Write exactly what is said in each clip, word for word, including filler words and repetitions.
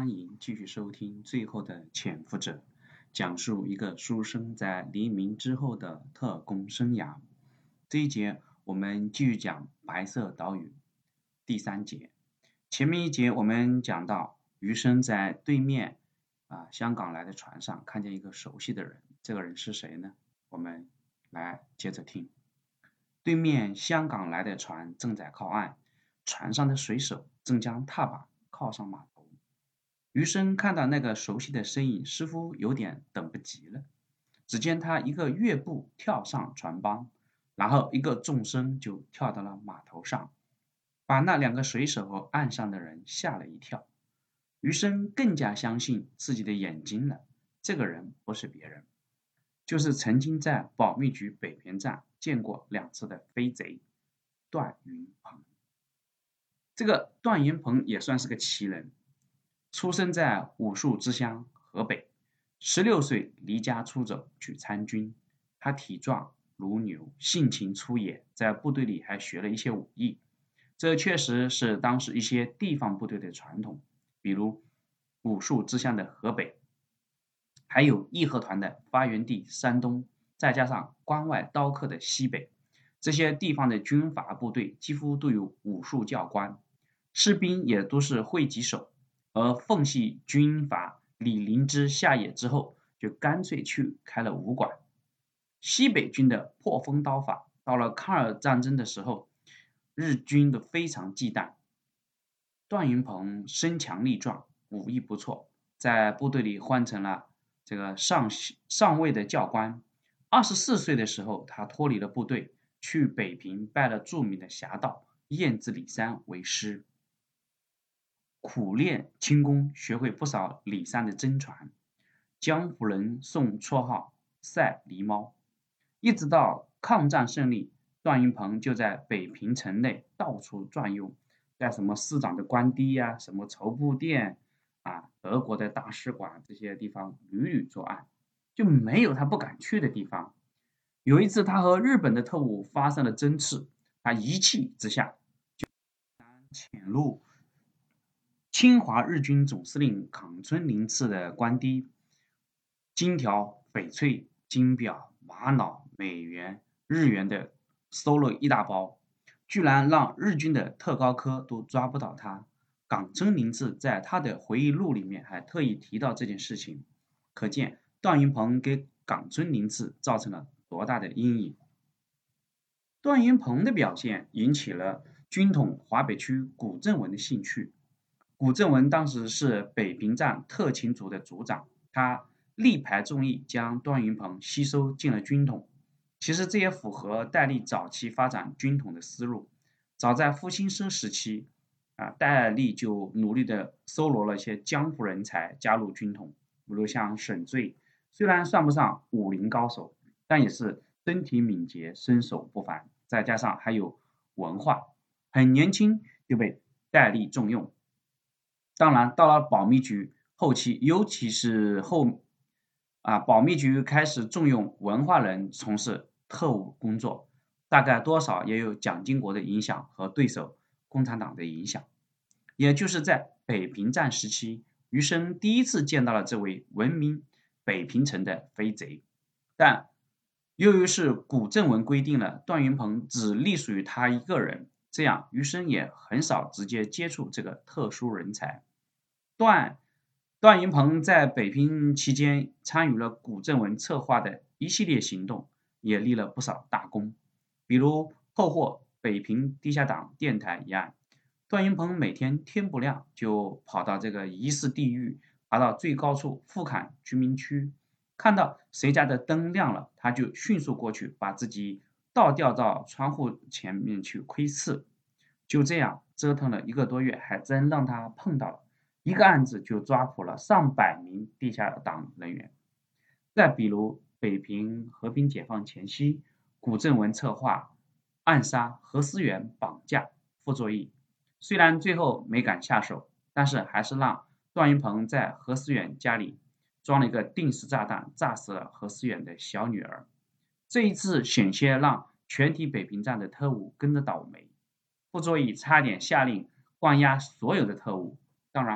欢迎继续收听《最后的潜伏者》，讲述一个书生在黎明之后的特工生涯。这一节我们继续讲白色岛屿第三节。前面一节我们讲到，余生在对面啊香港来的船上看见一个熟悉的人，这个人是谁呢？我们来接着听。对面香港来的船正在靠岸，船上的水手正将踏板靠上码头。余生看到那个熟悉的身影，似乎有点等不及了。只见他一个跃步跳上船帮，然后一个纵身就跳到了码头上，把那两个水手和岸上的人吓了一跳。余生更加相信自己的眼睛了，这个人不是别人，就是曾经在保密局北平站见过两次的飞贼段云鹏。这个段云鹏也算是个奇人，出生在武术之乡河北，十六岁离家出走去参军。他体壮如牛，性情粗野，在部队里还学了一些武艺。这确实是当时一些地方部队的传统，比如武术之乡的河北，还有义和团的发源地山东，再加上关外刀客的西北，这些地方的军阀部队几乎都有武术教官，士兵也都是会几手。而奉系军阀李林芝下野之后，就干脆去开了武馆。西北军的破风刀法，到了抗日战争的时候，日军都非常忌惮。段云鹏身强力壮，武艺不错，在部队里换成了这个上上尉的教官。二十四岁的时候，他脱离了部队，去北平拜了著名的侠盗燕子李三为师。苦练轻功，学会不少李三的真传，江湖人送绰号赛狸猫。一直到抗战胜利，段云鹏就在北平城内到处转悠，在什么市长的官邸呀、啊、什么绸布店啊、德国的大使馆这些地方屡屡作案，就没有他不敢去的地方。有一次他和日本的特务发生了争执，他一气之下就潜入侵华日军总司令冈村宁次的官邸，金条、翡翠、金表、玛瑙、美元、日元的搜了一大包，居然让日军的特高科都抓不到他。冈村宁次在他的回忆录里面还特意提到这件事情，可见段云鹏给冈村宁次造成了多大的阴影。段云鹏的表现引起了军统华北区古正文的兴趣。古正文当时是北平站特勤组的组长，他力排众议，将段云鹏吸收进了军统。其实这也符合戴笠早期发展军统的思路。早在复兴社时期，啊，戴笠就努力的搜罗了一些江湖人才加入军统，比如像沈醉，虽然算不上武林高手，但也是身体敏捷，身手不凡，再加上还有文化，很年轻就被戴笠重用。当然，到了保密局后期，尤其是后啊，保密局开始重用文化人从事特务工作，大概多少也有蒋经国的影响和对手共产党的影响。也就是在北平站时期，余生第一次见到了这位闻名北平城的飞贼。但由于是古正文规定了段云鹏只隶属于他一个人，这样余生也很少直接接触这个特殊人才。段段云鹏在北平期间参与了古正文策划的一系列行动，也立了不少大功，比如破获北平地下党电台一案。段云鹏每天天不亮就跑到这个疑似地狱，爬到最高处俯瞰居民区，看到谁家的灯亮了，他就迅速过去，把自己倒吊到窗户前面去窥视。就这样折腾了一个多月，还真让他碰到了一个案子，就抓捕了上百名地下党人员。再比如北平和平解放前夕，古正文策划暗杀何思源，绑架傅作义，虽然最后没敢下手，但是还是让段云鹏在何思远家里装了一个定时炸弹，炸死了何思远的小女儿。这一次险些让全体北平站的特务跟着倒霉，傅作义差点下令关押所有的特务。当然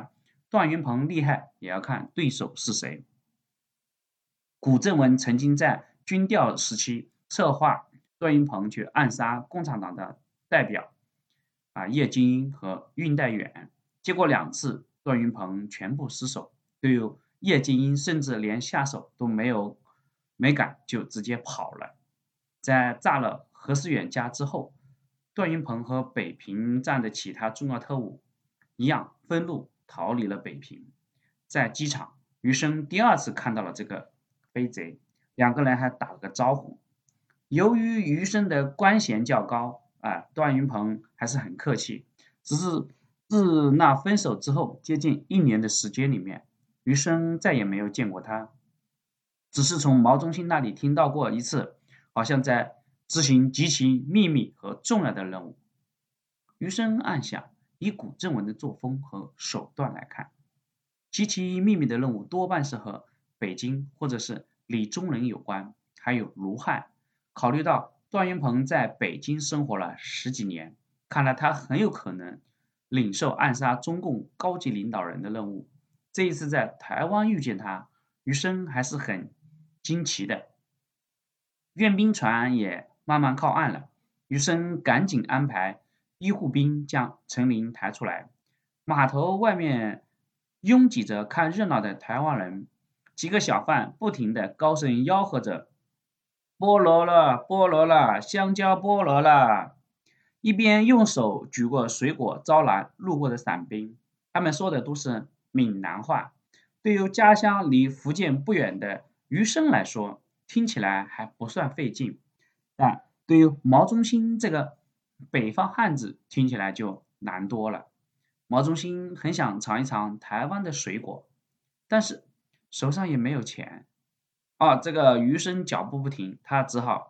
段云鹏厉害，也要看对手是谁。古正文曾经在军调时期策划段云鹏去暗杀共产党的代表啊叶剑英和恽代远，结果两次段云鹏全部失手，对于叶剑英甚至连下手都没有没敢，就直接跑了。在炸了何思远家之后，段云鹏和北平站的其他重要特务一样分路逃离了北平。在机场，余生第二次看到了这个飞贼，两个人还打了个招呼。由于余生的官衔较高啊，段云鹏还是很客气。只是自那分手之后，接近一年的时间里面，余生再也没有见过他，只是从毛中心那里听到过一次，好像在执行极其秘密和重要的任务。余生暗想，以古正文的作风和手段来看，极其秘密的任务多半是和北京或者是李宗仁有关，还有卢汉。考虑到段云鹏在北京生活了十几年，看来他很有可能领受暗杀中共高级领导人的任务。这一次在台湾遇见他，余生还是很惊奇的。阅兵船也慢慢靠岸了，余生赶紧安排医护兵将陈林抬出来。码头外面拥挤着看热闹的台湾人，几个小贩不停地高声吆喝着：菠萝了，菠萝了，香蕉菠萝了！一边用手举过水果招揽路过的伞兵。他们说的都是闽南话，对于家乡离福建不远的余生来说，听起来还不算费劲，但对于毛中心这个北方汉子听起来就难多了。毛中心很想尝一尝台湾的水果，但是手上也没有钱。啊，这个余生脚步不停，他只好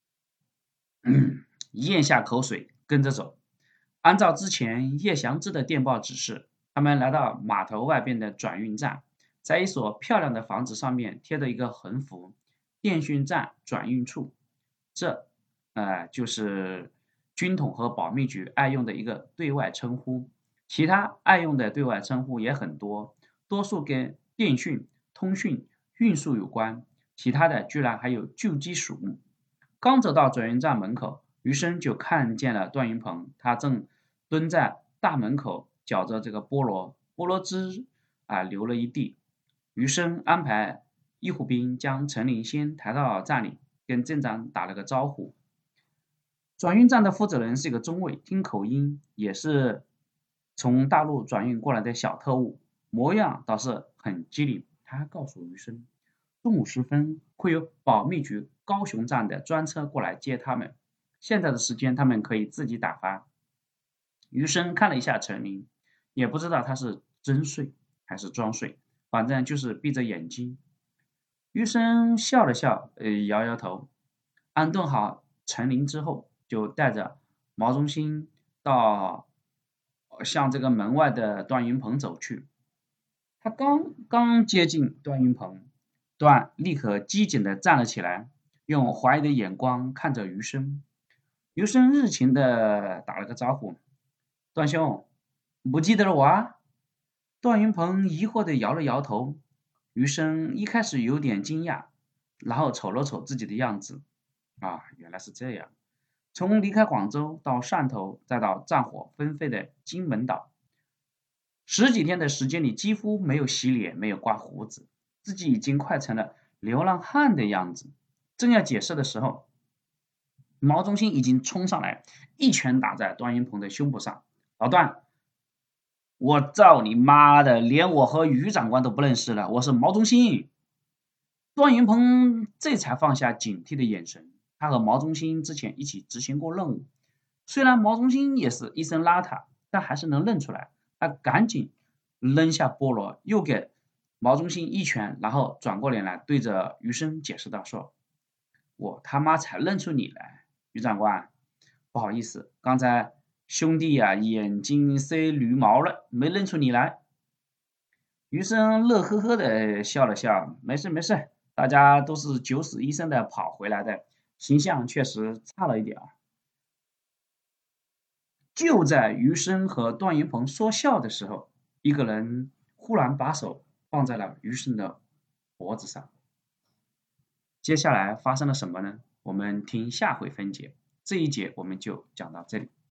咽下口水，跟着走。按照之前叶祥之的电报指示，他们来到码头外边的转运站，在一所漂亮的房子上面贴着一个横幅：电讯站转运处。这呃就是军统和保密局爱用的一个对外称呼。其他爱用的对外称呼也很多，多数跟电讯、通讯、运输有关，其他的居然还有救济署。刚走到转运站门口，余生就看见了段云鹏，他正蹲在大门口嚼着这个菠萝，菠萝汁啊流了一地。余生安排医护兵将陈林先抬到站里，跟镇长打了个招呼。转运站的负责人是一个中尉，听口音也是从大陆转运过来的小特务，模样倒是很机灵。他还告诉余生，中午时分会有保密局高雄站的专车过来接他们，现在的时间他们可以自己打发。余生看了一下陈林，也不知道他是真睡还是装睡，反正就是闭着眼睛。余生笑了笑，呃，摇摇头，安顿好陈林之后，就带着毛中心到向这个门外的段云鹏走去。他刚刚接近段云鹏，段立刻机警地站了起来，用怀疑的眼光看着余生。余生热情地打了个招呼：段兄，不记得我啊？段云鹏疑惑地摇了摇头。余生一开始有点惊讶，然后瞅了瞅自己的样子，啊，原来是这样。从离开广州到汕头，再到战火纷飞的金门岛，十几天的时间里几乎没有洗脸，没有刮胡子，自己已经快成了流浪汉的样子。正要解释的时候，毛中心已经冲上来，一拳打在段云鹏的胸部上。老段，我操你妈的，连我和于长官都不认识了，我是毛中心。段云鹏这才放下警惕的眼神，他和毛中心之前一起执行过任务，虽然毛中心也是一身邋遢，但还是能认出来。他赶紧扔下菠萝，又给毛中心一拳，然后转过脸来对着余生解释道：说我他妈才认出你来，于长官，不好意思，刚才兄弟呀、啊、眼睛塞驴毛了，没认出你来。余生乐呵呵的笑了笑，没事没事，大家都是九死一生的跑回来的，形象确实差了一点。就在余生和段云鹏说笑的时候，一个人突然把手放在了余生的脖子上。接下来发生了什么呢？我们听下回分解。这一节我们就讲到这里。